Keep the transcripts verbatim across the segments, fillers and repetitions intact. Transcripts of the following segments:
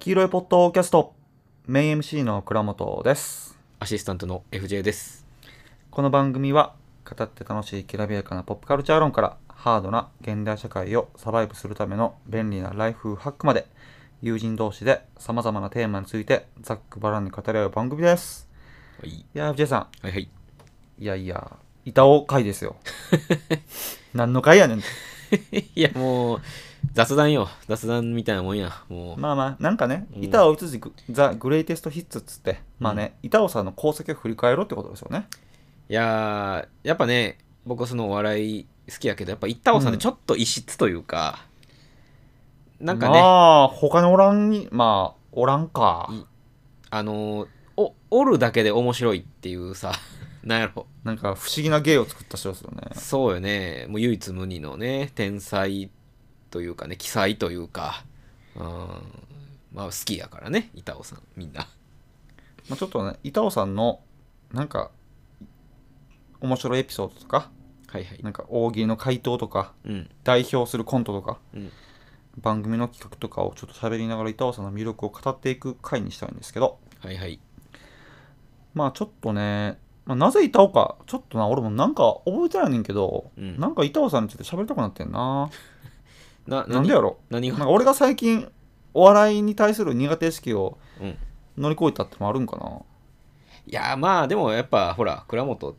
黄色いポッドキャストメイン エムシー の倉本です。 アシスタントの エフジェー です。 この番組は語って楽しいきらびやかなポップカルチャー論からハードな現代社会をサバイブするための便利なライフハックまで、友人同士で様々なテーマについてざっくばらんに語り合う番組です。 はい、 いやー エフジェー さん、 はいはい。 いやいや板尾会ですよ。何の会やねん。 いやもう雑談よ、雑談みたいなもんや。もうまあまあなんかね、 うん板尾いつじザ・グレイテストヒッツっつって、まあね、 うん板尾さんの功績を振り返ろうってことですよね。 いやーやっぱね、僕はそのお笑い好きやけど、やっぱ板尾さんでうんちょっと異質というか、なんかまね、 あ他におらんにまあおらんか。 いあのーおおるだけで面白いっていうさ、なんやろ、 なんか不思議な芸を作った人ですよね。 そうよね、もう唯一無二のね天才というかね、奇才というか、うん、まあ好きやからね、板尾さんみんな。 まあ、ちょっとね板尾さんのなんか面白いエピソードとか、 はいはい。 なんか大喜利の回答とかうん代表するコントとかうん。 番組の企画とかをちょっと喋りながら板尾さんの魅力を語っていく回にしたいんですけど、 はいはい。 まあちょっとね、まあ、なぜ板尾かちょっとな俺もなんか覚えてないねんけど、 うん。 なんか板尾さんについて喋りたくなってんな。 な、何なんでやろ。 何が。 なんか俺が最近お笑いに対する苦手意識をうん。 乗り越えたってのもあるんかな。 いや、まあ、でもやっぱ、ほら、倉本って、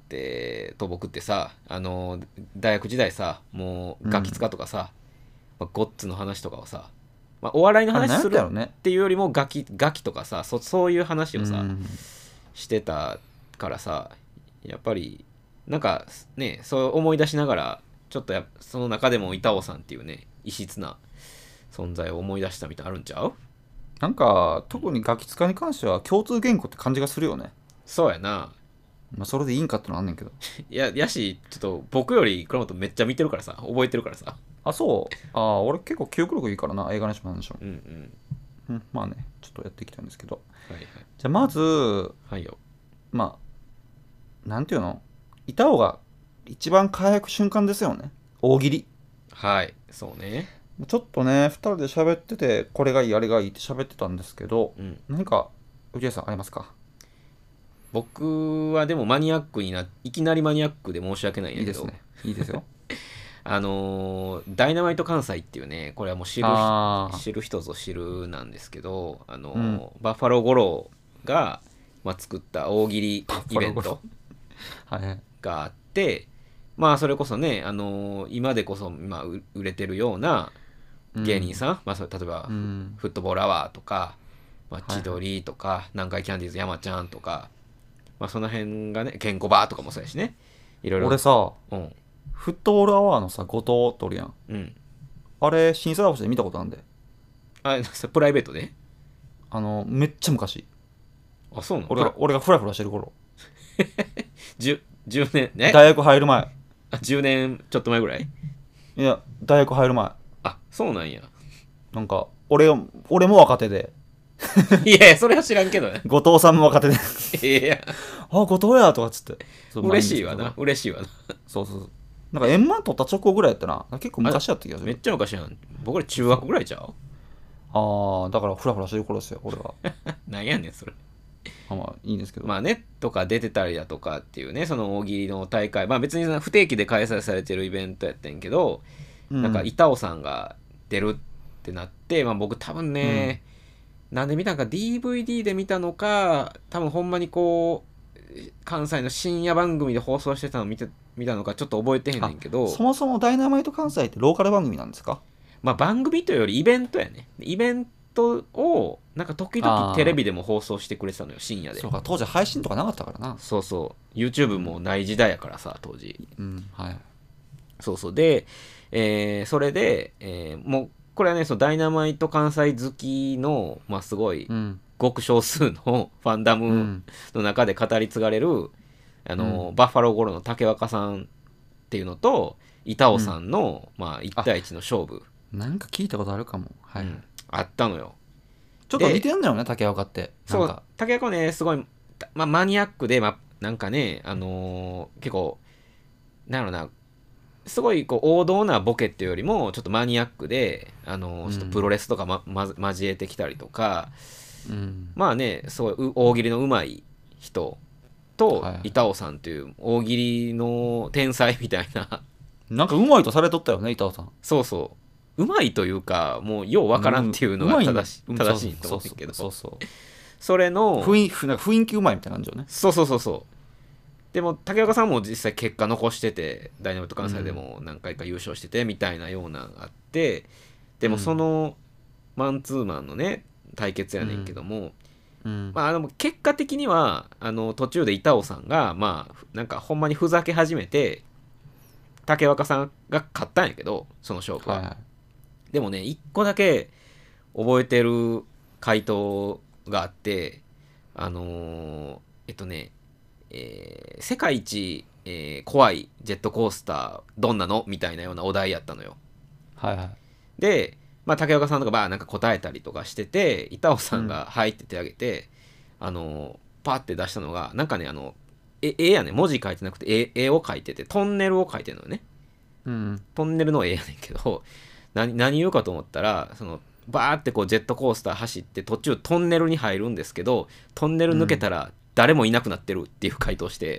と僕ってさ、あの、大学時代さ、もう、ガキ使とかさ、まあ、ゴッツの話とかをさ、まあ、お笑いのあれ何や話するっったやろね。 ていうよりも、ガキ、ガキとかさ、そ、そういう話をさ、 うんしてたからさ、やっぱり、なんか、ね、そう思い出しながら、ちょっとや、その中でも板尾さんっていうね、異質な存在を思い出したみたいなのあるんちゃう。 なんか特にガキ使に関しては共通言語って感じがするよね。 そうやな。 まあそれでいいんかってのはあんねんけど。 いや、やし、ちょっと僕より倉本めっちゃ見てるからさ、覚えてるからさ。 あ、そう。ああ、俺結構記憶力いいからな、映画の話も。 うんうん。 うん、まあね、ちょっとやっていきたいんですけど。 はいはい。 じゃあまず、 はいよ。 まあ、なんていうの、板尾が一番輝く瞬間ですよね。大喜利。 はい、そうね。 ちょっとね、ふたりで喋ってて、これがいい、あれがいいって喋ってたんですけど、 うん。 何か、内江さんありますか？ 僕はでもマニアックにな、いきなりマニアックで申し訳ないんやけど、 いいですね。いいですよ。 あのーダイナマイト関西っていうね、これはもう知るああ、 知る人ぞ知るなんですけど、あのうん。 ーバッファロー五郎が、まあ、作った大喜利イベントはいはい。 があって、まあそれこそね、あのー今でこそ、まあ、う売れてるような芸人さん、まあ、それ例えばフ,、 うん。 フットボールアワーとか、まあ、 はいはい。 千鳥とか、南海キャンディーズ山ちゃんとか、まあ、その辺がね、ケンコバとかもそうやしね、いろいろ。 俺さ、 うんフットボールアワーのさ、後藤っておるやん。 うん。 あれ、新さらしで見たことあるんで。 あ、プライベートで。 あの、めっちゃ昔。 あ、そうなの。 俺が、俺がフラフラしてる頃。 じゅじゅうねんね。 大学入る前。 あ、じゅうねんちょっと前ぐらい。 いや、大学入る前。 あ、そうなんや。 なんか、俺を、俺も若手で、 いやいや、それは知らんけどね。 後藤さんも若手で、 いや、 あ、後藤やとかっつって。そう嬉しいわな、。嬉しいわな。 そうそうそう。なんか円満取った直後ぐらいやったな。結構昔やった気がすめっる。 ちゃ昔やん。僕ら中学ぐらいちゃう。 ああ、だからフラフラしてる頃ですよ、俺は。 なんやねん、それ。 まあまあ、いいんですけど。 まあね、とか出てたりだとかっていうね、その大喜利の大会、まあ別に不定期で開催されてるイベントやってんけど、 うん、 なんか板尾さんが出るってなって、まあ僕多分ね、うん、なんで見たのか ディーブイディー で見たのか、多分ほんまにこう、関西の深夜番組で放送してたのを見て見たのかちょっと覚えてへんねんけど、 そもそもダイナマイト関西ってローカル番組なんですか？ まあ番組というよりイベントやね。イベントをなんか時々テレビでも放送してくれてたのよ、深夜で。 そうか、当時配信とかなかったからな。 そうそう、 YouTube もない時代やからさ、当時。 うん、はい。 そうそうで、えーそれで、えーもうこれはね、そのダイナマイト関西好きの、まあ、すごいうんごく少数のファンダムうんの中で語り継がれる、あの、 うんバッファローゴロの竹若さんっていうのと板尾さうんんの、まあ、いち対いちの勝負、 なんか聞いたことあるかも。はい。 うんあったのよ。 ちょっと似てんだよね、竹岡って。なそうんか。 竹若ね、すごい、まあ、マニアックで、まあ、なんかね、あのー結構なんやろな、 すごいこう王道なボケっていうよりもちょっとマニアックで、あのうんちょっとプロレスとか、まま、交えてきたりとか、 うんまあね、すごいう大喜利の上手い人とはいはい板尾さんという大喜利の天才みたいななんかうまいとされとったよね板尾さん。 そうそう上手いというかもうようわからんっていうのが正しうん正しいと思うんだけど、 そうそうそうそれのそう雰囲気なんか雰囲気うまいみたいな感じよね。 そうそうそうそうでも竹岡さんも実際結果残しててダイナマイト関西でも何回か優勝しててみたいなようなのがあってでもそのマンツーマンのね対決やねんけども、 うんまあ、でも結果的にはあの途中で板尾さんがまあなんかほんまにふざけ始めて竹若さんが勝ったんやけどその勝負は、 はいはいでもね一個だけ覚えてる回答があってあのーえっとね、えー世界一、えー怖いジェットコースターどんなのみたいなようなお題やったのよ。 はいはいで、まあ、竹岡さんとかばーなんか答えたりとかしてて板尾さんが「はい」って手挙げて、あのパッて出したのがなんかねあの絵絵やね文字書いてなくて絵絵を描いててトンネルを描いてるのよね。 うんトンネルの絵やねんけど何何言うかと思ったらそのバーってこうジェットコースター走って途中トンネルに入るんですけどトンネル抜けたら誰もいなくなってるっていう回答して、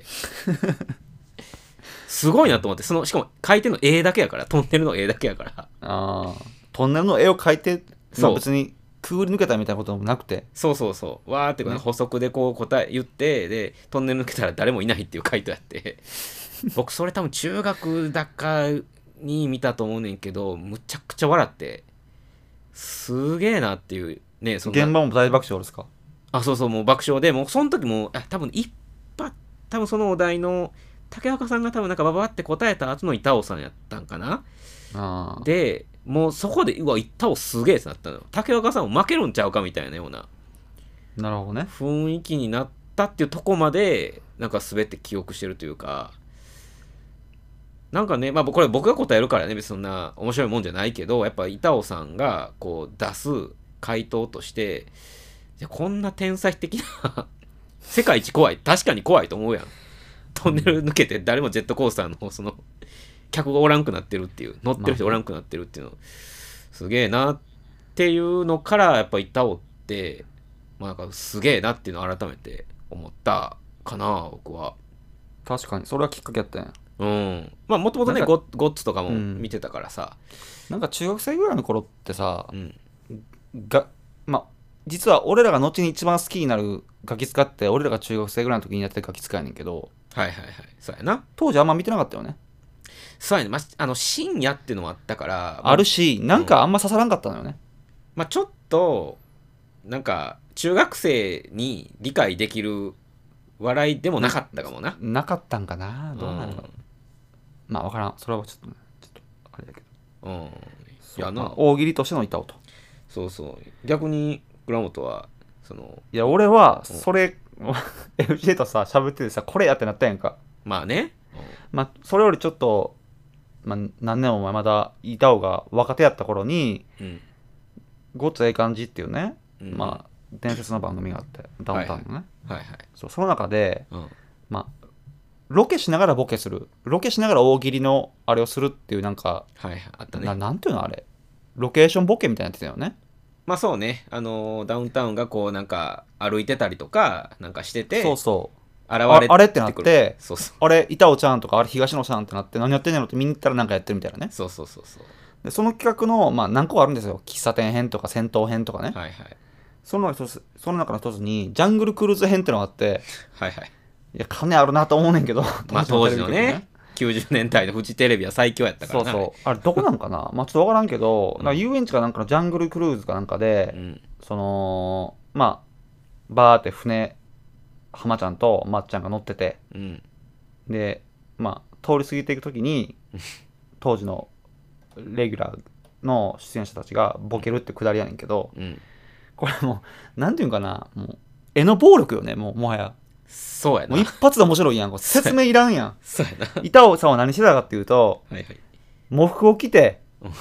すごいなと思ってそのしかも書いてるの絵だけやからトンネルの絵だけやからああトンネルの絵を描いて、まあ、 そう別にくぐり抜けたみたいなこともなくてそうそうそうわーってこうね補足でこう答え言ってでトンネル抜けたら誰もいないっていう回答やって僕それ多分中学だかに見たと思うねんけどむちゃくちゃ笑ってすげえなっていうねそんな現場も大爆笑ですか。 あそうそうもう爆笑でもうその時もあ多分一発多分そのお題の竹岡さんが多分なんかババって答えた後の板尾さんやったんかなああでもうそこでうわ板尾すげえってなったのよ竹岡さんも負けるんちゃうかみたいなようななるほどね。 雰囲気になったっていうとこまでなんか全て記憶してるというかなんかねまあこれ僕が答えるからね別にそんな面白いもんじゃないけどやっぱ板尾さんがこう出す回答としていやこんな天才的な世界一怖い確かに怖いと思うやんトンネル抜けて誰もジェットコースターのその客がおらんくなってるっていう乗ってる人おらんくなってるっていうのすげえなっていうのからやっぱ板尾ってまあなんかすげえなっていうのを改めて思ったかな僕は。 確かにそれはきっかけやったんや。 うんまあもともとねなんかゴッゴッツとかもうん見てたからさ、 なんか中学生ぐらいの頃ってさうん、 がまあ実は俺らが後に一番好きになるガキ使って俺らが中学生ぐらいの時にやってるガキ使やねんけどはいはいはいそうやな当時あんま見てなかったよね。 そうやね、まあ、あの深夜っていうのもあったからあるしなんかあんま刺さらんかったのよね。 まあちょっとなんか中学生に理解できる笑いでもなかったかもな。 なかったんかなどうなるか、 うんまあ分からんそれはちょっとねちょっとあれだけどうん。いそうやな、 まあ大喜利としての板尾と。 そうそう。逆に倉本はそのいや俺はそれエフジェー とさ喋っててさこれやってなったやんか。 まあね。 まあそれよりちょっと、まあ、何年も前まだ板尾が若手やった頃にうん。 ごっつええ感じっていうね、 うん、 まあ伝説の番組があってダウンタウンのね、 はいはい。 そうその中でうん。 まあロケしながらボケするロケしながら大喜利のあれをするっていうなんか、 はいはいあったなね。 なんていうのあれロケーションボケみたいになってたよね。 まあそうね。あのーダウンタウンがこうなんか歩いてたりとかなんかしててそうそう現れああれってなっくるてそうそうあれ板尾ちゃんとかあれ東野ちゃんってなって何やってんねやろって見に行ったらなんかやってるみたいなね。 そうそうそうそう。 でその企画の、まあ、何個かあるんですよ。喫茶店編とか戦闘編とかね、 はいはいその一つその中の一つにジャングルクルーズ編ってのがあってはいはい。 いや金あるなと思うねんけどまあ当時のテレビ局ねきゅうじゅうねんだいのフジテレビは最強やったからな。 そうそうあれどこなんかなまあちょっとわからんけど、 うんなんか遊園地かなんかのジャングルクルーズかなんかで、 うんそのまあバーって船浜ちゃんとまっちゃんが乗っててうんでまあ通り過ぎていくときに当時のレギュラーの出演者たちがボケるってくだりやねんけどうんこれもうなんていうんかなもう絵の暴力よねもうもはやそうやな。 もう一発で面白いやんこれ説明いらんやんそうやな。 板尾さんは何してたかっていうとはいはい。 喪服を着てうん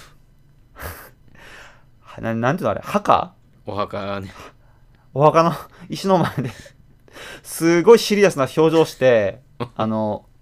ななんていうのあれ墓お墓ね。 お墓の石の前ですごいシリアスな表情してあの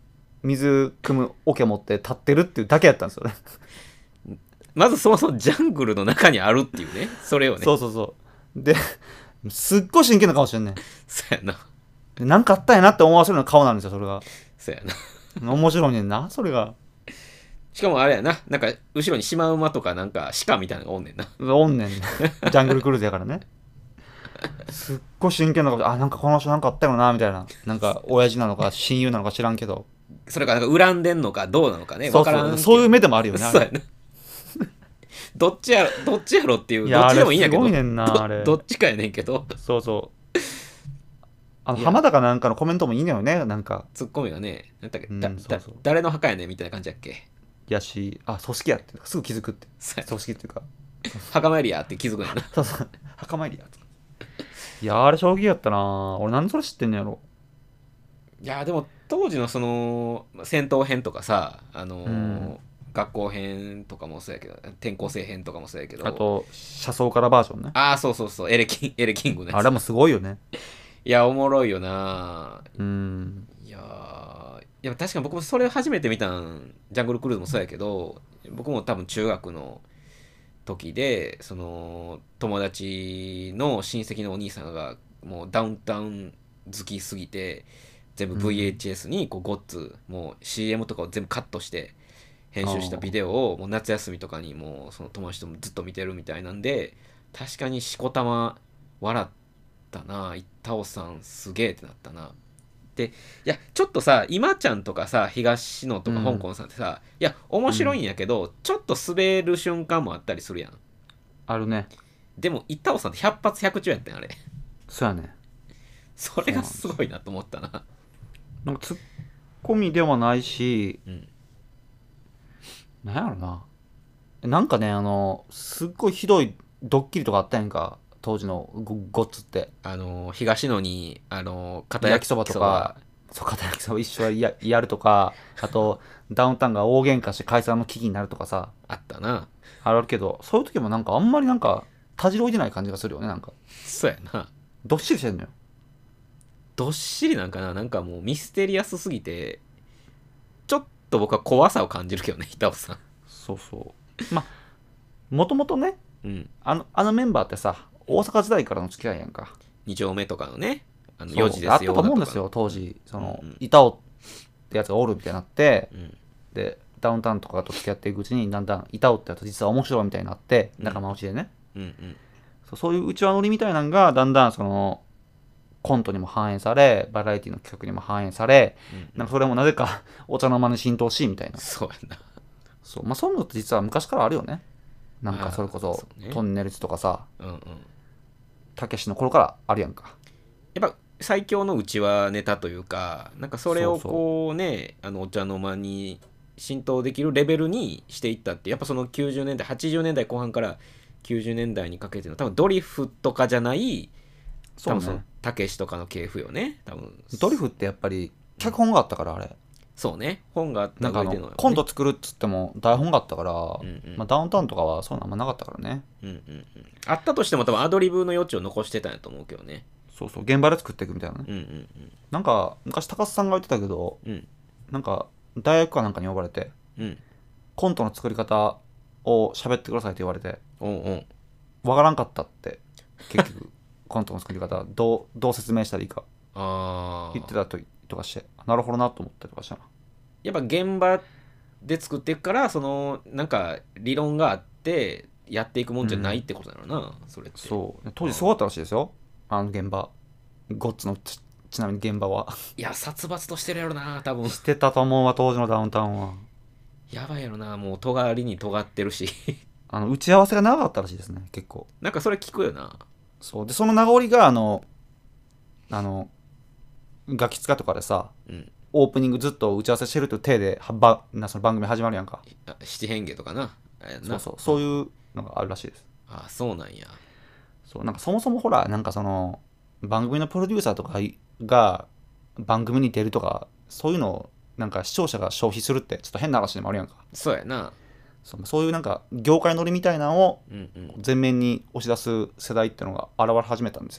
水汲む桶持って立ってるっていうだけやったんですよねまずそもそもジャングルの中にあるっていうね、それをね。 そうそうそうですっごい真剣な顔してんねん。 そうやな。 でなんかあったんやなって思わせるような顔なんですよそれが。 そうやな。 面白いねんなそれが。 しかもあれやな、なんか後ろにシマウマとかなんか鹿みたいなのがおんねんな。 おんねんねジャングルクルーズやからね。すっごい真剣な顔で、あなんかこの人なんかあったよなみたいな、なんか親父なのか親友なのか知らんけど、 それがなんか恨んでんのかどうなのかね、 そうわからんけど。 そうそういう目でもあるよねあれ。 そうやな。どっちやろ、どっちやろっていう、 いやどっちでもいいんやけど。 あれすごいねんなあれどどっちかやねんけど、 そうそうあのいや浜田かなんかのコメントもいいのよねなんか。 ツッコミがね、なんだっけ、 うんだだそうそう誰の墓やねんみたいな感じやっけ。 やし、あ組織やってすぐ気づくって。 そうや組織っていうか墓参りやって気づくんやな。 そうそう墓参りやと。いやあれ衝撃やったな。俺なんでそれ知ってんのやろ。 いやでも当時のその戦闘編とかさ、あのーうん学校編とかもそうやけど、転校生編とかもそうやけど、 あと車窓からバージョンね。 ああそうそうそう、エレキンエレキングね。 あれもすごいよね。 いやおもろいよな。 うんいやーいや確かに僕もそれを初めて見たん、ジャングルクルーズもそうやけど、僕も多分中学の時で、その友達の親戚のお兄さんがもうダウンタウン好きすぎて、全部 ブイエイチエス にこうゴッツもう シーエム とかを全部カットして編集したビデオをもう夏休みとかにもうその友達ともずっと見てるみたいなんで、確かにしこたま笑ったな。一太さんすげえってなったな。で、いやちょっとさ、今ちゃんとかさ、東野とか香港さんってさ、いや面白いんやけど、ちょっと滑る瞬間もあったりするやん。 あるね。 でも一太さんってひゃく発ひゃく中やったんあれ。 そうやね。 それがすごいなと思ったな。 なんかツッコミではないし、 うんなんやろな。なんかね、あの、すっごいひどいドッキリとかあったやんか、当時のゴゴッツって。 あの東野にあの片焼きそばとか、そう、片焼きそば一緒ややるとか、あと、ダウンタウンが大喧嘩して解散の危機になるとかさ、 あったな。 あるけど、そういう時もなんかあんまりなんか、たじろいでない感じがするよね、なんか。 そうやな。 どっしりしてんのよ。 どっしりなんかな、なんかもうミステリアスすぎて、ちょっと僕は怖さを感じるけどね、板尾さん。 そうそう。まあ、もともとね、 うん。 あの、あのメンバーってさ、大阪時代からの付き合いやんか。 に丁目とかのね、あのそうよじですよ。 あったと思うんですだよ、当時。その、 うんうん板尾ってやつがおるみたいになって、 とか。うん。 で、ダウンタウンとかと付き合っていくうちに、だんだん板尾ってやつ実は面白いみたいになって、 うん仲間内でね。 うんうん。 そうそういう内輪乗りみたいなのが、だんだんその、コントにも反映され、バラエティの企画にも反映され、 うんなんかそれもなぜかお茶の間に浸透しみたいな。 そうやな。 そう、まあそういうのって実は昔からあるよね。なんかそれこそあーそうねトンネルズとかさ、 うんうん。 たけしの頃からあるやんか。 やっぱ最強のうちはネタというか、なんかそれをこうね、あのお茶の間に浸透できるレベルにしていったって、やっぱそのきゅうじゅうねんだい、はちじゅうねんだいこう半からきゅうじゅうねんだいにかけての多分ドリフとかじゃない、 そうね多分その。たけしとかの系譜よね、多分。 ドリフってやっぱり脚本があったからあれ。 そうね、本があったなんかあ上での、ね、 のコント作るっつっても台本があったから、 うんうんまあ、ダウンタウンとかはそういうのあんまなかったからね。 うんうんうん、あったとしても多分アドリブの余地を残してたんやと思うけどね。 そうそう現場で作っていくみたいなね。 うんうんなんか昔高須さんが言ってたけど、 うんうんなんか大学かなんかに呼ばれてうんコントの作り方を喋ってくださいって言われておうおうわからんかったって結局コントの作り方どうどう説明したらいいかあ言ってたととかしてなるほどなと思ったりとかしたな。 やっぱ現場で作っていくから、そのなんか理論があってやっていくもんじゃないってことだろうな、うん、それって。 そう当時すごかったらしいですよあの現場。ゴッツの ち, ちなみに現場はいや殺伐としてるやろな多分。 してたと思うわ当時のダウンタウンは。 やばいやろな、もう尖りに尖ってるしあの打ち合わせが長かったらしいですね結構。 なんかそれ聞くよな。 そうでその名残があのあのガキ使とかでさうんオープニングずっと打ち合わせしてるという体ではばなその番組始まるやんか。 あ七変化とかなあやんな。 そうそうそういうのがあるらしいです。 あそうなんや。 そうなんかそもそもほらなんかその番組のプロデューサーとかが番組に出るとかそういうのをなんか視聴者が消費するってちょっと変な話でもあるやんか。 そうやな。 そうそういうなんか業界乗りみたいなのをうんうん前面に押し出す世代っていうのが現れ始めたんですよね。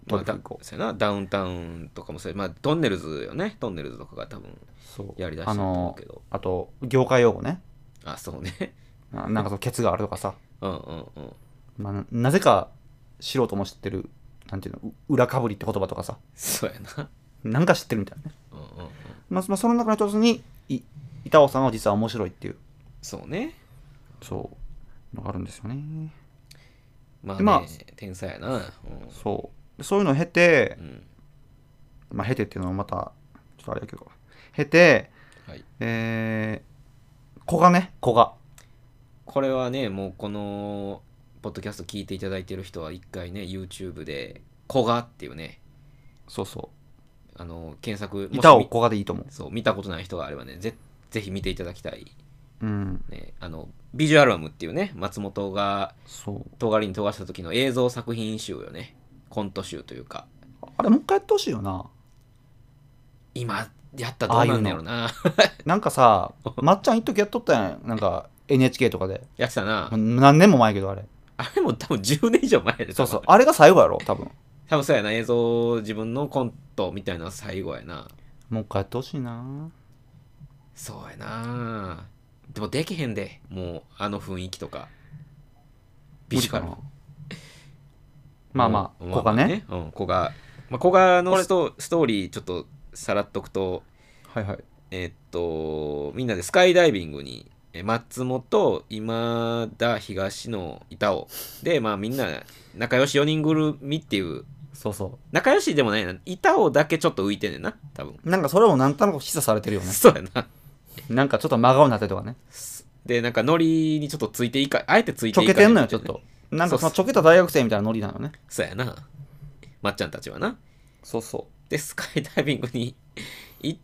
まあ、だトリプル以降。 そうやな、ダウンタウンとかもそうや、まあ、トンネルズよね。トンネルズとかが多分そう。 やりだしたと思うけど。 あと、業界用語ね。 あ、そうね。 ななんかそのケツがあるとかさ。 うんうんうん。 まあ、ななぜか素人も知ってる、なんていうの、う裏かぶりって言葉とかさ。 そうやな。 なんか知ってるみたいなね。 うんうんうん。 まあ、まあ、その中の一つに、い板尾さんは実は面白いっていう、 そうね。 そうのがあるんですよね。 まあね、 でまあ天才やな。うん。 そうでそういうのを経て、 うん。 まあ経てっていうのもまたちょっとあれやけど、経て、 はい。 えー、子がね子がこれはね、もうこの、ポッドキャスト聞いていただいてる人は一回ね、YouTube で、コガっていうね、 そうそあの、検索、 う板尾もしみ子がでいいと思う。 そう、見たことない人があればね、ぜぜひ見ていただきたい。 うんね、あの、ビジュアルアムっていうね、松本がそう尖りに尖した時の映像作品集よね。コント集というか。 あれもう一回やってほしいよな。 今、やったらどうなんねやろな。 なんかさまっちゃん一時やっとったやん、なんか エヌエイチケー とかで。 やってたな。 何年も前やけどあれ。 あれも多分じゅうねん以上前で、 そうそう多分あれが最後やろ多分。 多分そうやな。映像、自分のコントみたいなのは最後やな。 もう一回やってほしいな。 そうやな。でもできへんで、もう、あの雰囲気とか。ビジュアル。 無理かな。まあまあもう子がね。 まあまあうん、子が。まあ、子がのストストーリーちょっとさらっとくと、 はいはい。 えっと、みんなでスカイダイビングに、え松本、今田、東野、板尾。で、まあみんな仲良しよにん組みっていう、 そうそ仲良しでもないな。板尾だけちょっと浮いてんねんな、多分。 う。なんかそれもなんとなく示唆されてるよね。 そうやな。 なんかちょっと真顔になったりとかね。 で、なんかノリにちょっとついていか、あえてついちょていかけてんのよ、ちょっへみたいなね。 と。なんかそのちょけた大学生みたいなノリなのね。 そうやな。まっちゃんたちはな。 そうそで、スカイダイビングに行って、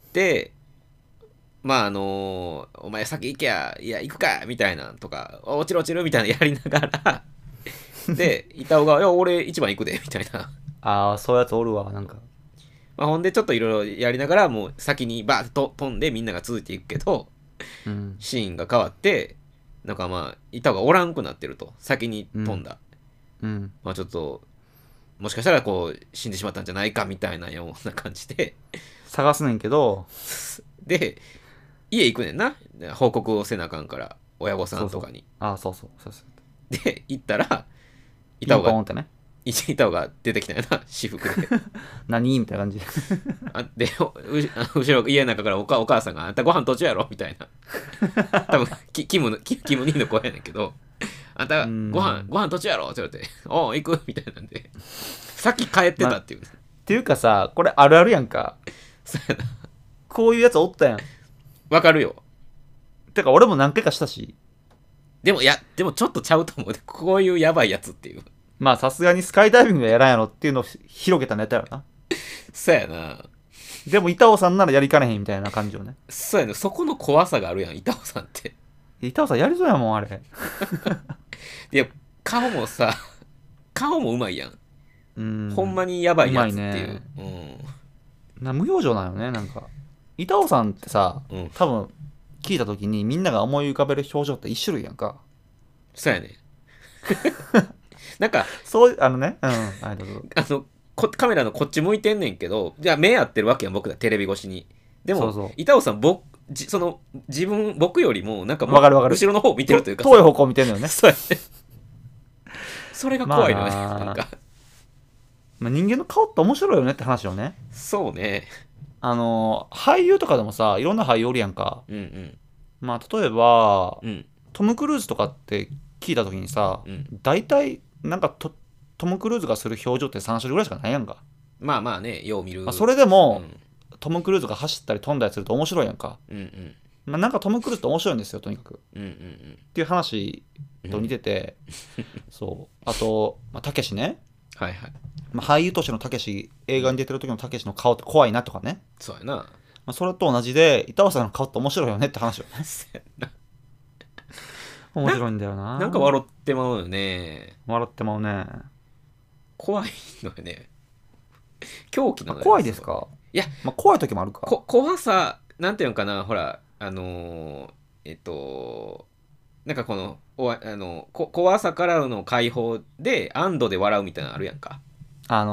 まああのお前先行けや、いや行くかみたいなとか、落ちる落ちるみたいなやりながら、で、板尾が、いや、俺一番行くで、みたいな。 う。ああ、そういうやつおるわ、なんか。 まあ、ほんでちょっといろいろやりながら、もう先にバーッと飛んでみんなが続いていくけど、 うん。 シーンが変わって、なんかまあ、板尾がおらんくなってると。先に飛んだ。 うん。 まあちょっと、もしかしたらこう、死んでしまったんじゃないかみたいなような感じで、 探すねんけど、 で、家行くねんな。報告をせなあかんから、親御さんとかに。 ああ、そうそう。そうそう。 で、行ったら、 ピ板尾が、 ンポンってね。 板尾が出てきたよな、私服で。 何みたいな感じ。 あで、おう後ろ、家の中からおかお母さんが、あんたご飯途中やろみたいな。多分キキムの、キキム兄の声やねんけど、あんたうんご飯、ご飯途中やろって言われて、おう、行くみたいなんで、さっき帰ってたっていう。 っていうかさ、これあるあるやんか。 そうやな。 こういうやつおったやん。 わかるよ。 てか俺も何回かしたし。 でも、いや、でもちょっとちゃうと思う。こういうやばいやつっていう。 まあさすがにスカイダイビングはやらんやろっていうのを広げたネタやろな。 そうやな。 でも板尾さんならやりかねへんみたいな感じよね。 そうやな。そこの怖さがあるやん、板尾さんって。 板尾さんやりそうやもん、あれ。 いや、顔もさ、顔もうまいやん。 うん。 ほんまにやばいやつっていう。 うまいねな無表情なんよね、なんか。板尾さんってさ、 うん。うん。 多分聞いた時にみんなが思い浮かべる表情って一種類やんか。 そうやね。なんか、 そう、あのね、うん、はい、どうぞ。 あの、こカメラのこっち向いてんねんけど、じゃあ目合ってるわけやん、僕ら、テレビ越しに。でも、 そうそう板尾さん、僕、じその、自分、僕よりも、なんかもうわかるわかる後ろの方見てるというかさ、 遠い方向見てんのよね。 そうやね。それが怖いのよね、 まあななんか。 まあ、人間の顔って面白いよねって話をね。 そうね。 あのー俳優とかでもさ、いろんな俳優おるやんか。 うんうん。 まあ、例えば、 うんトム・クルーズとかって聞いた時にさ、 うん。 大体、なんかトトム・クルーズがする表情ってさん種類ぐらいしかないやんか。 まあまあね、よう見る。 まあ、それでうも、 んトム・クルーズが走ったり飛んだりすると面白いやんか。 うんうんまあ、なんかトム・クルーズって面白いんですよ、とにかく。っうんうんていう話と似てて、そう。あと、まあ、たけしね。 はいはい。 まあ、俳優としてのたけし、映画に出てる時のたけしの顔って怖いなとかね。 そうやな。 まあ、それと同じで、板尾さんの顔って面白いよねって話をね。 そうやな。 面白いんだよな。 なんか笑ってまうよね。 笑ってまうね。 怖いのよね。狂気なのよ。 怖いですか？ いや、 まあ、怖い時もあるか。 こ怖さ、なんていうのかな、ほら、あのーえっと、なんかこの、おわあのこ怖さからの解放で安堵で笑うみたいなのあるやんか。 あの、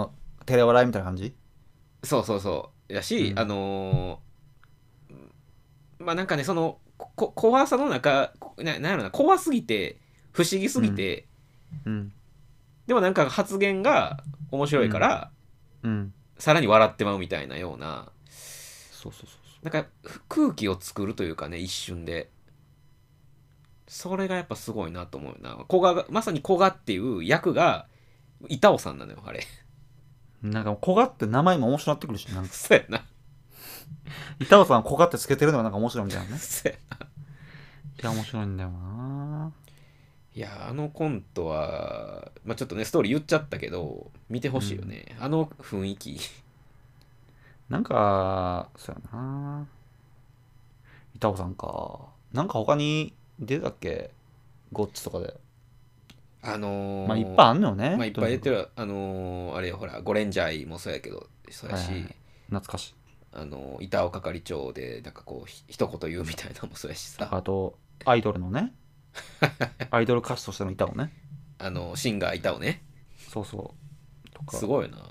照れ笑いみたいな感じ。 そうそうそうやし、 うんあのーまあなんかねそのこ怖さの中ななんやろな、怖すぎて不思議すぎて、 うんでもなんか発言が面白いから、 うんさらに笑ってまうみたいなような、 そうそうそうそなんか空気を作るというかね、一瞬で。それがやっぱすごいなと思うな。古賀が、まさに古賀っていう役が板尾さんなのよ、あれ。 う。なんか古賀って名前も面白なってくるし、なんかそうやな。 板尾さん古賀ってつけてるのがなんか面白いみたいなね。 そうやな。 いや面白いんだよな。 いや、あのコントは、まあちょっとね、ストーリー言っちゃったけど、見てほしいよね。あの雰囲気。 なんかそうやな。板尾さんか。なんか他に出てたっけ、ゴッツとかで。 あのー、 まあいっぱいあんのよね。 まあいっぱい出てる。 る、あのー、あれよほら、ゴレンジャーもそうやけど、そうやし、 はいはいはい、懐かしい。 あのー、板尾係長で、なんかこう、ひ一言言うみたいなのもそうやしさ、 あとアイドルのね、アイドル歌手としての板尾ね。 あの、シンガー板尾ね。 そうそうとか。 すごいな。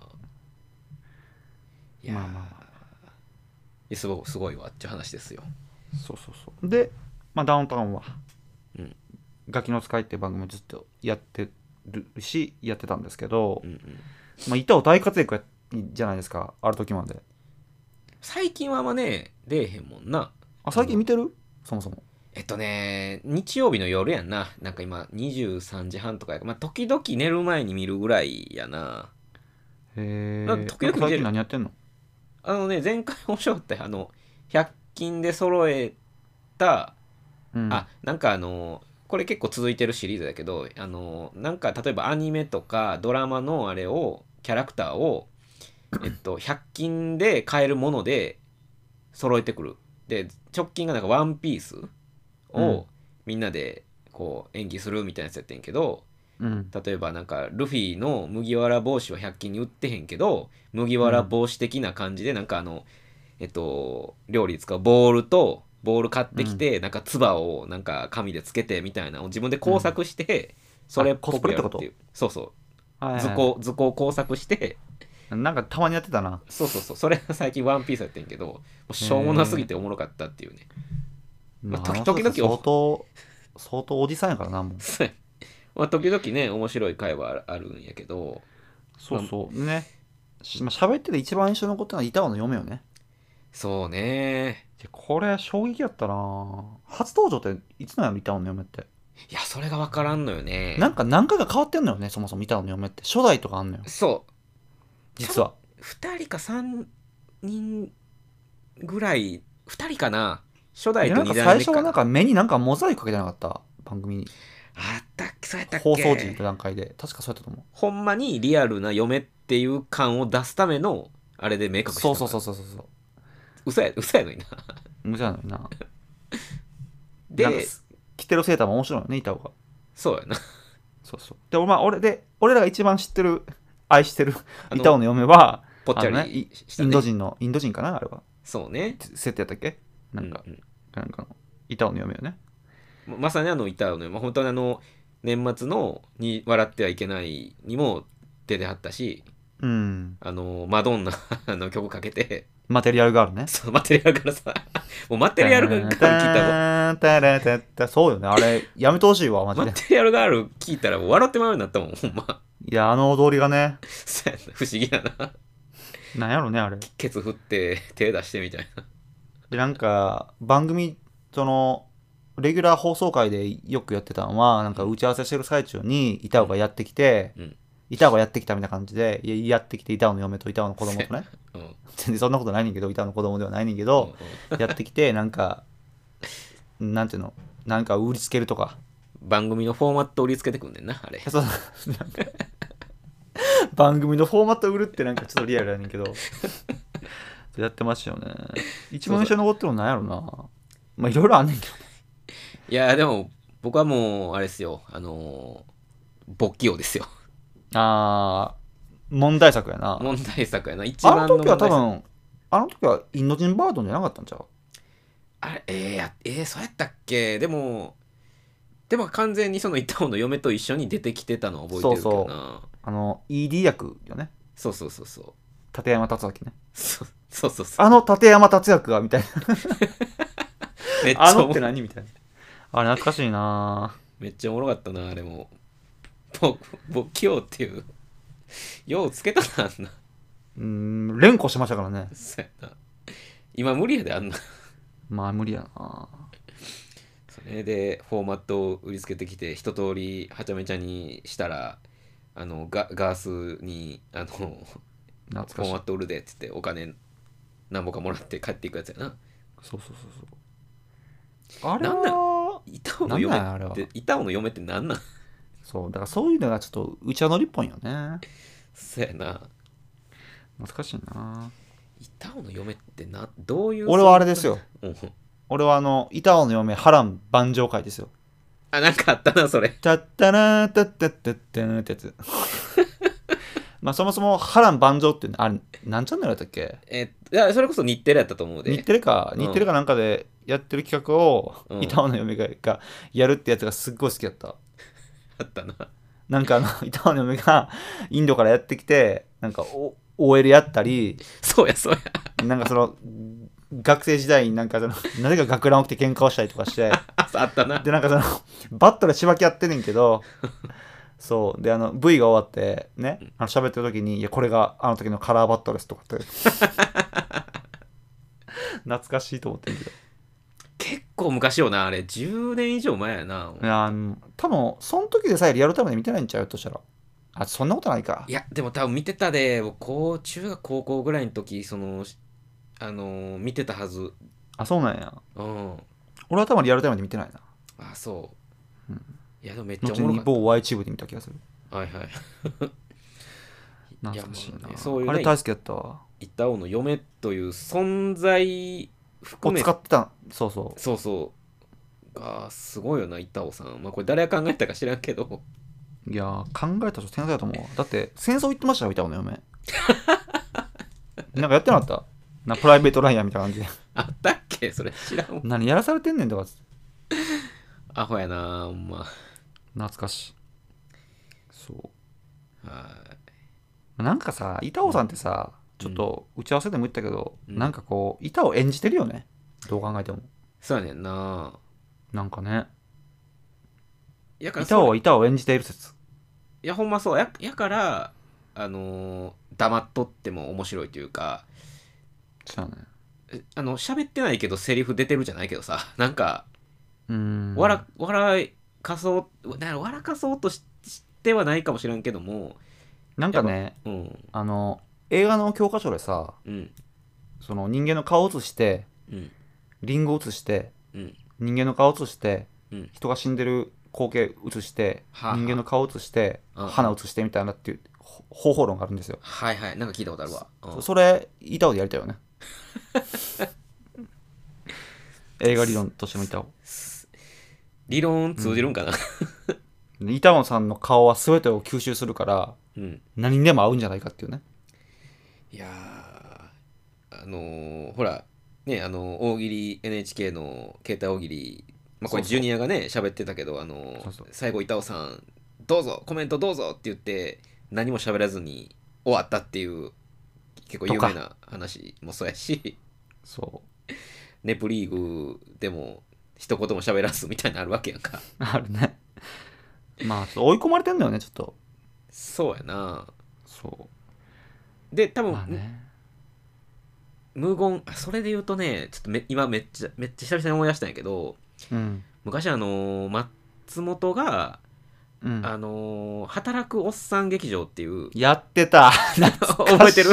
いやー、 まあまあまあ、 いやすごいすごいわっていう話ですよ。 そうそうそう。で、まあ、ダウンタウンはうんガキの使いっていう番組をずっとやってるしやってたんですけど、 うんうん。 まあ、板尾大活躍やじゃないですか、ある時まで。 最近はあんまね、出えへんもんな。 あ、最近見てる？そもそも。 えっとね、日曜日の夜やんな。なんか今、にじゅうさんじはんとかやから、まあ、時々寝る前に見るぐらいやな。なへえ。 時々見てる。 最近何やってんの？ あのね、前回面白かったよ。あの、ひゃっ均で揃えた、 うん。 あ、なんかあの、これ結構続いてるシリーズだけど、あの、なんか例えばアニメとかドラマのあれを、キャラクターを、えっと、ひゃっ均で買えるもので揃えてくる。で、直近がなんかワンピースうんをみんなでこう演技するみたいなやつやってんけど、 うん例えばなんかルフィの麦わら帽子はひゃっ均に売ってへんけど、麦わらうん帽子的な感じでなんかあの、えっと、料理で使うボールとボール買ってきて、なんか唾をなんか紙でつけてみたいなのを自分で工作して、それっぽくやるっていう。そうそう。 はいはいは図工、図工工作して、 い。なんかたまにやってたな。 そうそうそう。それが最近ワンピースやってんけど、もうしょうもなすぎておもろかったっていうね。まあ、 まあ、あ時の人たち相 々お、 当相当おじさんやからな、もう。 そうやまあ、時々ね、面白い会話あるんやけど、まあ、 そうそうね。しまあ、喋ってて一番印象に残ったのは板尾の嫁よね。 そうね。 でこれ衝撃やったな。初登場っていつなんやろ、板尾の嫁って。 いや、それがわからんのよね。 なんか何回か変わってんのよね、そもそも板尾の嫁って。初代とかあんのよ、 そう。 実は。 ふたりかさんにんぐらい、ふたりかな。初代とでなんかに代目かな。 最初はなんか目になんかモザイクかけてなかった番組に。 あったっけ、そうやったっけ。 放送時の段階で。確かそうやったと思う。 ほんまにリアルな嫁っていう感を出すための、あれで明確してたそうのかそうそうそうそう。 嘘や、嘘やのにな。 無茶なのにな。なんかで、 す着てるセーターも面白いよね、板尾が。 そうやな。 そうそう。で、まあ、俺で、俺らが一番知ってる、愛してるあの板尾の嫁は、 ぽっちゃりあのね、イしたねインド人の、インド人かな、あれは。 そうね。 設定やったっけ、なんか、 うんうんなんかの、板尾の嫁よね。 ままさにあの、いたのよ。まあ、本当にあの、年末のに笑ってはいけないにも出てはったし、 うん。 あの、マドンナの曲かけて、 マテリアルガールね。 そのマテリアルからさ、もうマテリアルガール聞いたら、 タラタタそうよね。あれ、やめてほしいわ、マジマで。 テリアルガール聞いたらもう笑ってまうようになったもん、ほんま。 いや、あの踊りがね、 そうやな不思議やな。 なんやろね、あれ。 ケツ振って手出してみたいな。 で、なんか、番組、その、レギュラー放送回でよくやってたのは、なんか打ち合わせしてる最中に、板尾がやってきて、 うん板尾がやってきたみたいな感じで、いややってきて、板尾の嫁と板尾の子供とね、 うんうん全然そんなことないねんけど、板尾の子供ではないねんけど、やってきて、なんか、なんていうの、なんか売りつけるとか、 番組のフォーマットを売りつけてくんねんな、あれ。 そうなんか番組のフォーマット売るってなんかちょっとリアルやねんけど、やってましたよね。一番印象に残ってるのなんやろな。まあ、いろいろあんねんけど。 いや、でも、僕はもう、あれですよ、あのー、勃起王ですよ。 あー、問題作やな。 問題作やな。一あ番のの時は多問題作。 分、あの時はインド人バージョンじゃなかったんちゃう？ あれ、えー、や、えー、そうやったっけ。でも、でも完全にその板尾の嫁と一緒に出てきてたのを覚えてるけどな。 そうあの、イーディー 役よね。 そうそうそうそう立山達明ね。 そうそうそうそうあの立山達明がみたいな。 めっちあのってゃおも何みたいな。あれ懐かしいな。 めっちゃおもろかったなあれも。ぼぼ器用っていうようつけたなあんな。 うーん、連呼しましたからね。 そうやな今無理やであんな。 まあ無理やな。 それでフォーマットを売りつけてきて一通りはちゃめちゃにしたらあのガガースにあのフォ懐かしい。 ーマット売るでっつってお金何ぼかもらって帰っていくやつやな。 そうそうそうそう。あれなんなんは、 板尾のなん嫁なんあれはって板尾の嫁ってなんなん。 そう、だからそういうのがちょっとうちわ乗りっぽいよね。 そうやな。 懐かしいな。 板尾の嫁ってなどういう俺はあれですよ。 うん俺はあの、板尾の嫁、波乱万丈会ですよ。 あなんかあったなそれ。 たったらーたったったったーってやつ。まあそもそも波乱万丈ってあれ何チャンネルやったっけ？ えいやそれこそ日テレやったと思うで。 日テレか、 うん日テレかなんかでやってる企画を、 うん板尾の嫁ががやるってやつがすっごい好きだった。 あったな。 なんかあの板尾の嫁がインドからやってきてなんかお オーエル やったり、 そうやそうや。 なんかその学生時代になんかそのなぜか学ランを着て喧嘩をしたりとかして、 ああったな。 でなんかそのバットでしばき合ってんねんけど、そうであの ブイ が終わってね、あの喋ってる時にいやこれがあの時のカラーバットですとかって懐かしいと思ってんけど、 結構昔よなあれじゅうねん以上前やな。 いやあの多分その時でさえリアルタイムで見てないんちゃうよとしたら、あそんなことないか。 いやでも多分見てたでこう中学高校ぐらいの時そのあのー見てたはず。 あそうなんや。 うん俺は多分リアルタイムで見てないな。 あそう、 うん、 いやでもめっちゃお後もろかっに某 ワイ チューブで見た気がする。 た。はいはい懐かしいな。 いやまあねそういうねあれ大好きだったわ。 板尾の嫁という存在含をめ使ってた。そうそう。 そうそうがすごいよな板尾さん。まあこれ誰が考えたか知らんけどいやー考えた人天才だと思うわ。だって戦争行ってましたよ、板尾の嫁。なんかやってなかったな、プライベートライアーみたいな感じで。 あったっけそれ知らんわ。 何やらされてんねんとか。 アホやなほんま。 懐かしい。そはう。なんかさ、板尾さんってさ、ちょっと打ち合わせでも言ったけど、 うんなんかこう、板を演じてるよね。どう考えても。 いそうやねんな。 なんかね。 やから板尾それは板を演じている説。 いやほんまそうややからあのー黙っとっても面白いというかそうね。 えあの喋ってないけどセリフ出てるじゃないけどさなんかうーん。 笑笑いかそうな笑かそうとししてはないかもしれんけどもなんかね、 うんあの、映画の教科書でさ、 うんその人間の顔を映して、 うんリンゴを映して、 うん人間の顔を映して、 うん人が死んでる光景映して、 はあはあ人間の顔を映して、 うん花を映してみたいなっていうほ方法論があるんですよ。 はいはいなんか聞いたことあるわ、うんそそれ、板尾でやりたいよね。映画理論としての板尾。 理論通じるんかな板尾さんの顔は全てを吸収するから、 うん何にでも合うんじゃないかっていうね。 いやーあのーほらねあの大喜利 エヌエイチケー の携帯大喜利、まあ、これそうそうジュニアがね喋ってたけどあのーそうそう最後板尾さんどうぞコメントどうぞって言って何も喋らずに終わったっていう結構有名な話もそうやしそネプリーグでも一言も喋らずみたいなのあるわけやんか。 う。あるね。まあ、ちょっと追い込まれてんだよね、ちょっと。 そうやな。 そで多う。 分、 まあね。 無言あそれで言うとねちょっとめ今めっちゃめっちゃ久々に思い出したんやけどうん。 昔あのー松本が、 うん。 あのー働くおっさん劇場っていうやってた。 覚えてる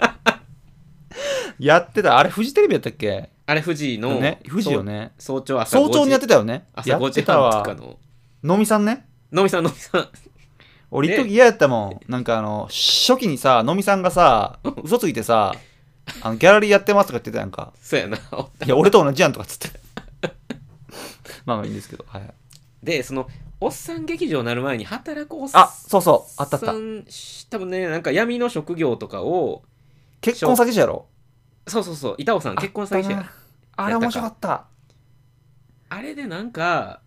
やってた。あれ、フジテレビやったっけ？ あれ富士の、 ね、富士よね。 早朝朝ごじ早朝にやってたよね。 朝5 やって時半とたわかののみさんね。 のみさんのみさん俺一で時嫌やったもん。なんかあの、初期にさ、のみさんがさ、嘘ついてさ、あのギャラリーやってますとか言ってたやんか。 そうやな。 いや、俺と同じやんとかっつって。まあまあいいんですけど。はい。 でそのおっさん劇場になる前に働くおっさんあ、そうそう。あったあった。 多分ねなんか闇の職業とかを結婚詐欺師やろ。 そうそうそう板尾さん結婚詐欺師やあったなあれ面白かった。 あれでなんか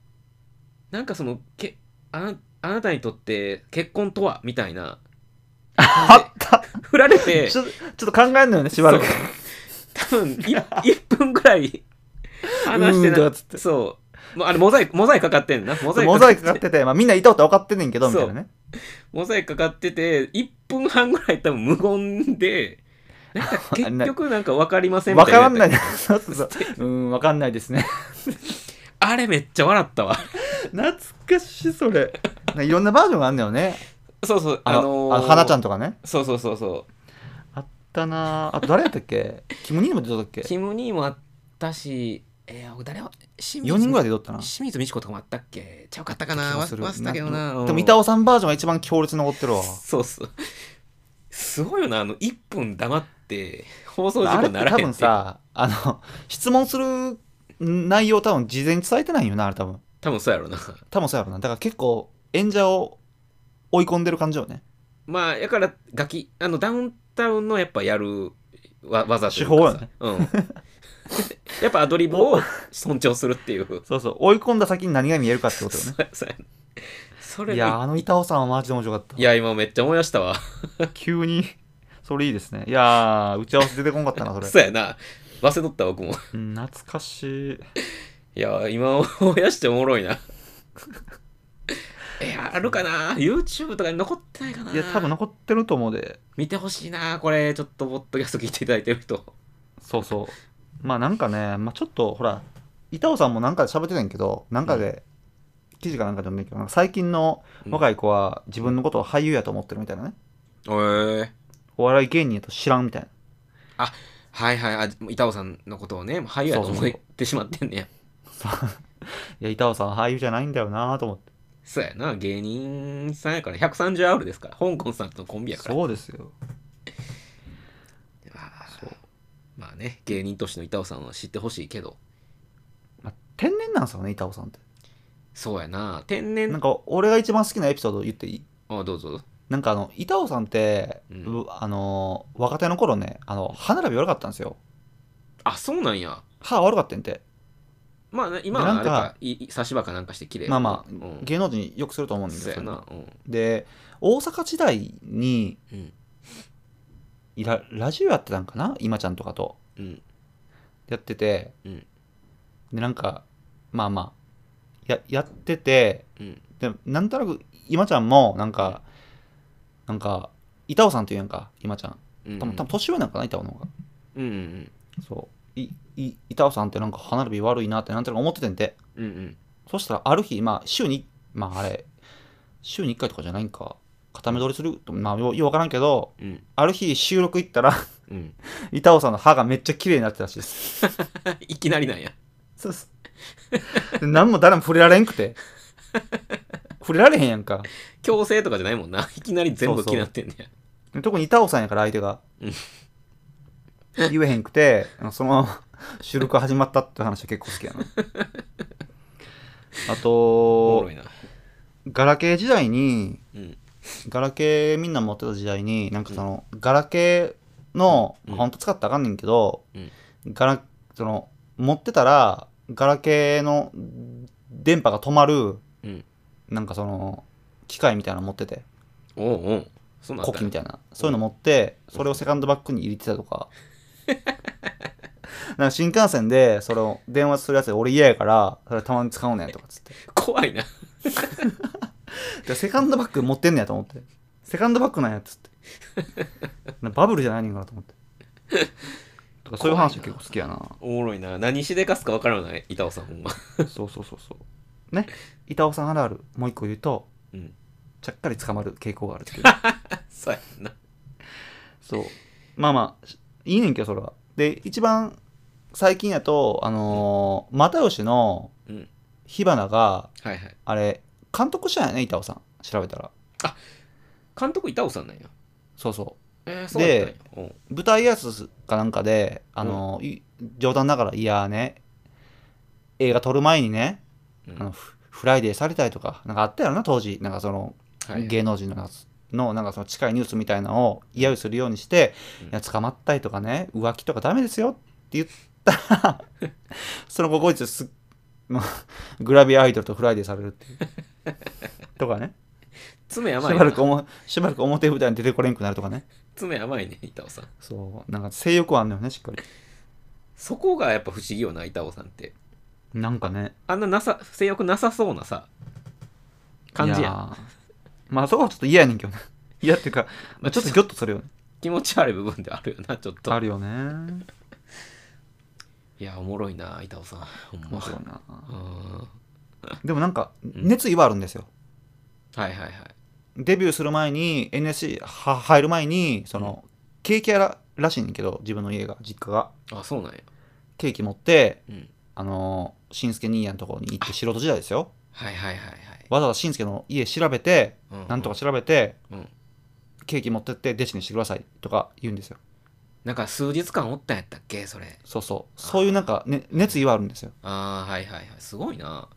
なんかそのけあなあなたにとって結婚とはみたいなあった振られてちょちょっと考えんのよねしばらく。 多分いいっぷんぐらい話してうーんとかなっつってそうもうあれモザイクモザイクかかってんなモザイクモザイクかかってて、まあ、みんないたことは分かってんねんけどみそうたいなね。 モザイクかかってていっぷんはんぐらい多分無言でなんか結局なんか分かりませんみ分たいなからんないそうそうそううーん分かんないですね。 あれめっちゃ笑ったわ懐かしいそれ。いろんなバージョンがあんだよね。 そうそうあの、 あのー、 あの花ちゃんとかね。 そうそうそうそうあったなぁ。あと誰やったっけキム・ニーも出とったっけ。 キム・ニーもあったし、えー、誰は清水よにんぐらいで出とったな。 清水美智子とかもあったっけちゃうかったかな気がする忘れたけどな。 でも板尾さんバージョンが一番強烈に残ってるわ。 そうそう。すごいよな、あの、いっぷん黙って放送事あれって多故ならへんっていう。 分さ、あの、質問する内容多分事前に伝えてないよな、あれ多分。 多分そうやろな。 多分そうやろな。だから結構演者を追い込んでる感じよね。 まあ、やから、ガキ、あの、ダウンタウンのやっぱやるわ技というかさ手法やね。 うん。やっぱアドリブを尊重するっていう。 そうそう。追い込んだ先に何が見えるかってことよね。 そうそうやそれいや、あの板尾さんはマジで面白かったい。や、今めっちゃ思い出したわ。 急に。それいいですね。いやー、打ち合わせ出てこんかったな、それ。 そうやな。忘れとった僕も。 うん懐かしい。 いや、今思い出しておもろいな。え、あるかな ?YouTube とかに残ってないかないや、多分残ってると思うで。 見てほしいな、これ。ちょっと、ポッドキャスト聞いていただいてる人。 そうそう。まあなんかね、まあちょっとほら、板尾さんもなんかで喋ってたんやけど、なんかで、記事かなんかでもいいけど、なんか最近の若い子は自分のことを俳優やと思ってるみたいなね。 へえ。 お笑い芸人やと知らんみたいな。 あ、はいはい。あ、板尾さんのことをね、俳優やと思ってしまってんねや。 いや、板尾さんは俳優じゃないんだよなと思って。 そうやな。芸人さんやから、ひゃくさんじゅうアールですから。香港さんとのコンビやから。 そうですよ。 あーそう。 まあね、芸人としての板尾さんは知ってほしいけど。 まあ、天然なんですよね、板尾さんって。 そうやな。天然。 なんか、俺が一番好きなエピソード言っていい？ あ、どうぞ。 なんかあの、板尾さんって、 うんうあの、若手の頃ね、あの、歯並び悪かったんですよ。 あ、そうなんや。 歯悪かったんて。 まあ、ね、今でなんかはあれか、いい差し歯かなんかして綺麗まあまあ、 うん、 芸能人よくすると思うんだけど、 そうやな。 それうん。 で、大阪時代に、 うん。 いララジオやってたんかな今ちゃんとかと。 うん。 やってて、 うん。 で、なんか、まあまあ、ややってて、 うん。 でなんとなく、今ちゃんも、なんか、なんか、板尾さんって言うんやんか、今ちゃん。 うん。 多分、多分年上なんかな、板尾の方が。 うん。うん。 そう。い、い、板尾さんってなんか歯並び悪いなってなんとなく思っててんて。 うん。うん。 そしたら、ある日、まあ、週に、まああれ、週にいっかいとかじゃないんか、固め取りすると、まあ、よようわからんけど、 うん。 ある日収録行ったら、 うん。 板尾さんの歯がめっちゃ綺麗になってたらしいです。 いきなりなんや。 そうです。で何も誰も触れられんくて。触れられへんやんか。 強制とかじゃないもんな。いきなり全部気になってんねや。 で特に板尾さんやから相手がうん。 言えへんくて、そのまま収録始まったって話は結構好きやな。あとおもろい、な。 ガラケー時代に、 うん。 ガラケーみんな持ってた時代に、なんかその、ガラケーの、 うんほんと使ったらあかんねんけど、 うん。 ガラ、その、持ってたら、ガラケーの電波が止まる、 うん。 なんかその、機械みたいなの持ってて、 おうおう。そんなんあったんやコキみたいな。そういうの持って、それをセカンドバッグに入れてたとか。なんか新幹線で、それを電話するやつで俺嫌やから、それたまに使うねんとかっつって。 怖いな。 でセカンドバッグ持ってんねやと思って。セカンドバッグなんやっつって。バブルじゃないねんからと思って。とかそういう話は結構好きやな。 おもろいな。何しでかすか分からない。板尾さんほんま。 そうそうそうそうね。板尾さんあるあるもう一個言うと、 うん。 ちゃっかり捕まる傾向があるっていう。 そうやんな。 そうまあまあいいねんけどそれは。で一番最近やとあのー、又吉のうん。 火花がはいはい。 あれ監督したんやね板尾さん調べたら。 監督板尾さんなんや。 そうそえー、そうやったんや。うん。 う舞台挨拶かなんかであのーい冗談ながらいやーね映画撮る前にね、 うんあのフフライデーされたりとかなんかあったやろな当時なんかそのはいはい芸能人のやつのなんかその近いニュースみたいなのを揶揄するようにして、 うんいや捕まったりとかね浮気とかダメですよって言ったらその後後日す、まあ、グラビアアイドルとフライデーされるっていうとかね爪甘いな。 しばらくおもしばらく表舞台に出てこれんくなるとかね。 爪甘いね、板尾さん。 そうなんか性欲はあんのよねしっかり。 そこがやっぱ不思議よな、板尾さんって。 なんかね。 あんななさ性欲なさそうなさ、感じやん。 いやまあそこはちょっと嫌やねんけどね。嫌っていうか、まあ、ちょっとギョッとするよね。 気持ち悪い部分であるよな、ちょっと。 あるよね。 いや、おもろいな、板尾さん。ほんま。 面白いな。 うんでもなんか熱意はあるんですよ。 はいはいはい。 デビューする前に エヌエスシー は入る前にその、うん、ケーキ屋ららしいねんけど、自分の家が実家があ、そうなんや。 ケーキ持って、 うん、 あのしんすけ兄やんところに行って、素人時代ですよ。 はいはいはいはい。 わざわざしんすけの家調べて、うんうん、なんとか調べて、うん、ケーキ持ってって弟子にしてくださいとか言うんですよ。 なんか数日間おったんやったっけそれ。 そうそうそういうなんか、ね、熱意はあるんですよ。 ああはいはいはい、すごいな。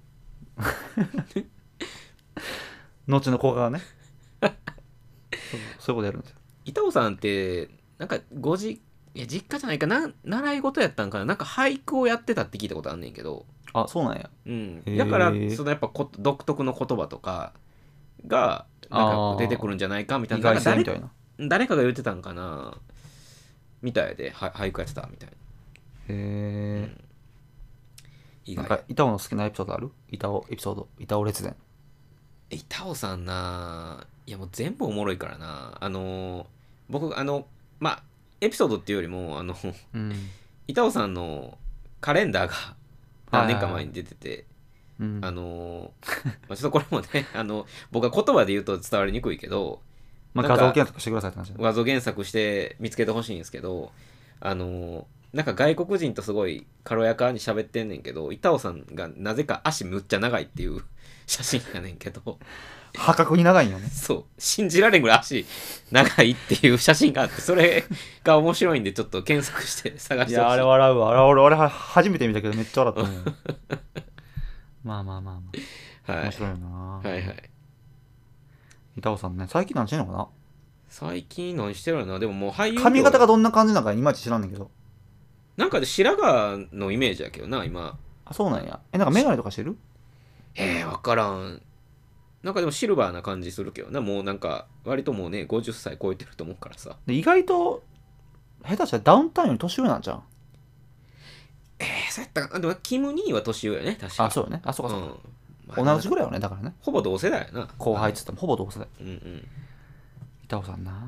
後の子がねそうそういうことやるんですよ。 板尾さんってなんかごじいや実家じゃないかな、習い事やったんかな、なんか俳句をやってたって聞いたことあんねんけど。 あ、そうなんや。 うんだからそのやっぱこ独特の言葉とかがなんか出てくるんじゃないかみたいな、 意外性みたいな。 誰かが言ってたんかなみたいで、は俳句やってたみたいな。へえ、 うん、 なんか板尾の好きなエピソードある？板尾エピソード、板尾列伝。 板尾さんないやもう全部おもろいからな。あの僕あのまあエピソードっていうよりもあの、うん、板尾さんのカレンダーが何年か前に出てて、あのまあ、ちょっとこれもねあの僕は言葉で言うと伝わりにくいけど、 まあ、画像検索してくださいって話。 画像検索して見つけてほしいんですけど、あのなんか外国人とすごい軽やかに喋ってんねんけど、板尾さんがなぜか足むっちゃ長いっていう写真やねんけど破格に長いんよね。 そう信じられんぐらい足長いっていう写真があって、それが面白いんでちょっと検索して探してほしい。いやあれ笑うわ。あれ俺俺初めて見たけどめっちゃ笑ったねまあまあまあまあ、はい、面白いよな。 はいはい板尾さんね、最近何してんのかな。 最近何してるのな。でももう俳優髪型がどんな感じなんかいまいち知らんねんけど、 なんかで白髪のイメージやけどな今。 あ、そうなんや。え、なんかメガネとかしてる？ えー、分からん。なんかでもシルバーな感じするけどな。もうなんか割ともうねごじゅっさい超えてると思うからさ。 で意外と下手したらダウンタウンより年上なんじゃん。 えー、そうやったかな。でもキム・ニーは年上やね確か。 あ、そうよね。あ、そうかそうか、うん、同じぐらいよね。だからね、 ほぼ同世代やな。 後輩っつってもほぼ同世代。 うんうん。 板尾さんな、うん、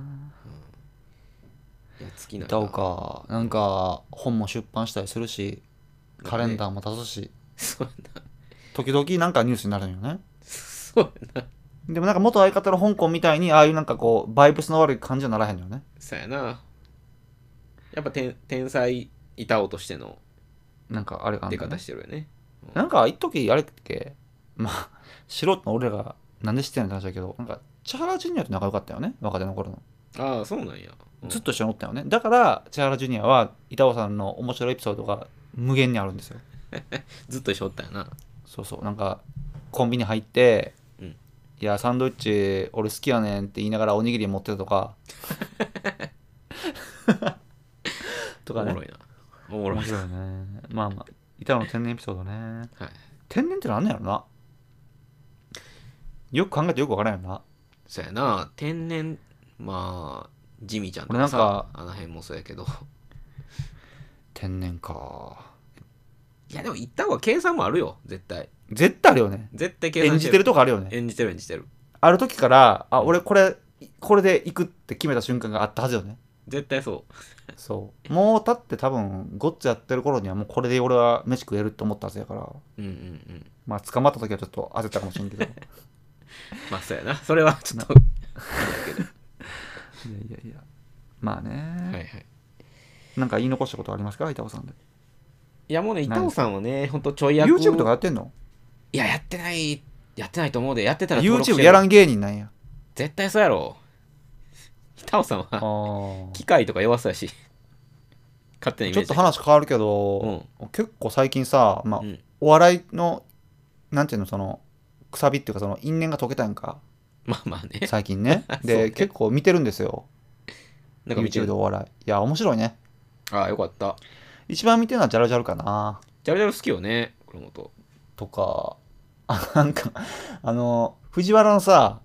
いや尽きないな。 板尾か。なんか本も出版したりするし、カレンダーも出すし、 そうやな。 時々なんかニュースになるんよね。 そうやな。 でもなんか元相方の香港みたいにああいうなんかこうバイブスの悪い感じはならへんのよね。 そうやな。やっぱ天天才板尾としてのなんかあれがあん出方してるよね。 うん、なんか一時あれっけ、まあ素人の俺らがなんで知ってんのって話だけど、なんか千原ジュニアと仲良かったよね、若手の頃の。 ああそうなんや、 うん、ずっと一緒におったよね。だから千原ジュニアは板尾さんの面白いエピソードが無限にあるんですよずっと一緒おったよな。 そうそう、なんかコンビニ入って、 うん、 いやサンドイッチ俺好きやねんって言いながらおにぎり持ってたとかとかね。 おもろいな。おもろいな。 面白いよね。まあまあ板尾の天然エピソードね、 はい、 天然ってなんなんやろな。よく考えてよくわからんよな。 そうやな。天然、まあジミーちゃんとかさ、 なんかあの辺もそうやけど天然か。 いやでも言った方が計算もあるよ絶対。 絶対あるよね。 絶対計算してる。 演じてるとこあるよね。 演じてる演じてる。 ある時からあ、俺これこれで行くって決めた瞬間があったはずよね。 絶対そう。 そうもうだって多分ゴッツやってる頃にはもうこれで俺は飯食えるって思ったはずやから。 うんうんうん。 まあ捕まった時はちょっと焦ったかもしれんけどまあそうやな。それはちょっといいけど。 いやいやいや、まあね。 はいはい。 なんか言い残したことありますか、板尾さんで。 いやもうね、板尾さんはね、ほんとちょい役 YouTube とかやってんの？ いや、やってない、やってないと思うで、やってたら登録してる。YouTube やらん芸人なんや。 絶対そうやろ。板尾さんは機械とか弱そうやし。勝手なイメージ。 ちょっと話変わるけど、うん、結構最近さ、まあ、うん、お笑いの、なんていうの、その、くさびっていうか、その因縁が解けたんか。 まあまあね。 最近ね。で、ね、結構見てるんですよ。 なんか見てる YouTube でお笑い。いや、面白いね。 ああ、よかった。 一番見てるのはジャルジャルかな。 ジャルジャル好きよね、このこと。 とか、あ、なんか、あの、藤原のさ、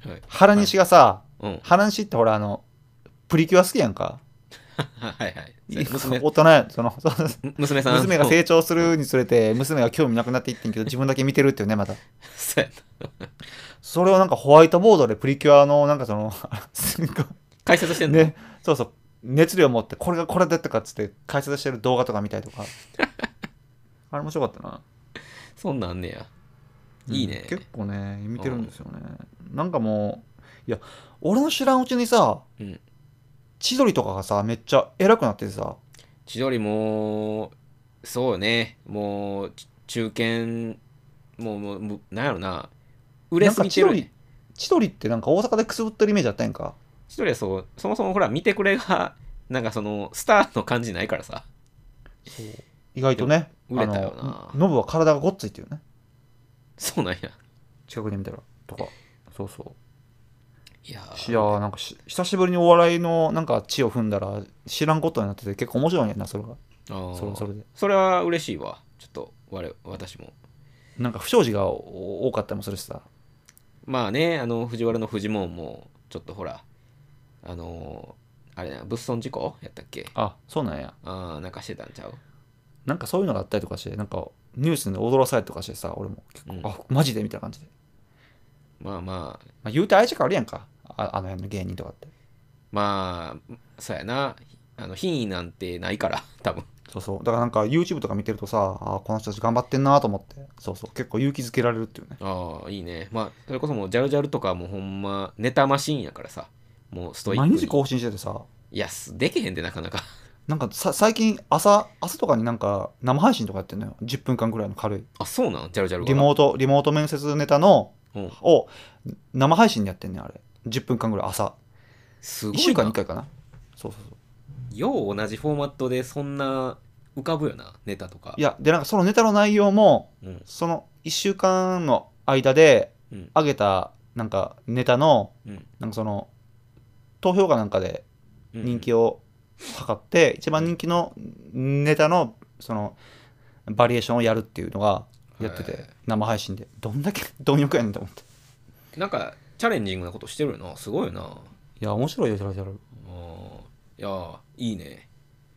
はい原西がさ、 うん原西ってほらあのプリキュア好きやんか。 はいはい娘大人やそのそう娘さん娘が成長するうんにつれて娘が興味なくなっていってんけど自分だけ見てるっていうね。またそうやなそれをなんかホワイトボードでプリキュアのなんかそのすごい解説してんの、 ね、そうそう熱量持ってこれがこれでとかっつって解説してる動画とか見たりとかあれ面白かったな。 そんなんあんねやいいね、 うん結構ね見てるんですよね。なんかもういや俺の知らんうちにさうん千鳥とかがさめっちゃ偉くなっててさ、 千鳥もそうよねもうち中堅もうもうむなんやろな売れなんすぎてるねか千鳥千鳥ってなんか大阪でくすぶってるイメージあったやんか。 千鳥はそうそもそもほら見てくれがなんかそのスターの感じないからさそう意外とね売れたよなあのノブは体がごっついっていうねそうなんや近くで見たらとかそうそういやいやーなんかし久しぶりにお笑いのなんか地を踏んだら知らんことになってて結構面白いねんなそれが。 あーそれはそれでそれは嬉しいわちょっと我私もなんか不祥事が多かったりもするしさ。 まあねあの藤原のフジモンもちょっとほらあのーあれな物損事故やったっけあそうなんや。 ああなんかしてたんちゃうなんかそういうのがあったりとかしてなんかニュースで驚されたりとかしてさ俺も結構、 うんあマジでみたいな感じで、 まあまあまあ、言うて愛着あるやんかああの辺の芸人とかって。 まあそうやなあの品位なんてないから多分そうそうだからなんか YouTube とか見てるとさあこの人たち頑張ってんなと思ってそうそう結構勇気づけられるっていうね。 ああいいねまあそれこそもうジャルジャルとかもうほんまネタマシーンやからさもうストイックに毎日更新しててさいやすできへんでなかなかなんかさ最近朝朝とかになんか生配信とかやってんのよ。じゅっぷんかんぐらいの軽いあそうなんジャルジャルがリモートリモート面接ネタのうんを生配信でやってんねんあれじゅっぷんかんぐらい朝すごいいっしゅうかんにないっかいかな。そうそうそうよう同じフォーマットでそんな浮かぶよなネタとかいやでなんかそのネタの内容もうんそのいっしゅうかんの間でうん上げたなんかネタのうんなんかその投票かなんかでうん人気を測って一番人気のネタのそのバリエーションをやるっていうのがやってへて生配信でどんだけ貪欲やねんと思って。 なんかチャレンジングなことしてるよなすごいよないや面白いよジャルジャル。 あーいやいいね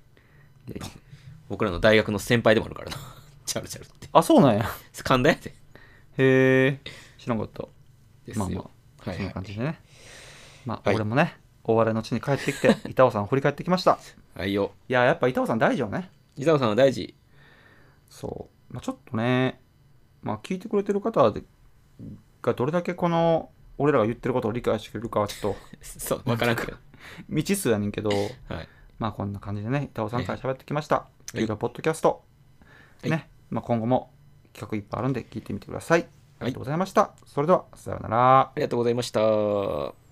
僕らの大学の先輩でもあるからなチャルチャルってあそうなんや。 神田やでへえ知らんかった。 ですよ、 まあまあそんはいはない感じでね。まあはい俺もね大笑いの地に帰ってきて板尾さんを振り返ってきました。 はいよいややっぱ板尾さん大事よね。 伊沢さんは大事そう、まあ、ちょっとねまあ聞いてくれてる方でがどれだけこの俺らが言ってることを理解してくれるかはちょっとそう分からんけど未知数やねんけどはいまあこんな感じでね板尾さんから喋ってきましたいゆうがポッドキャスト、 はいね、まあ、今後も企画いっぱいあるんで聞いてみてください。あいりがとうございました。それではさようなら。 ありがとうございました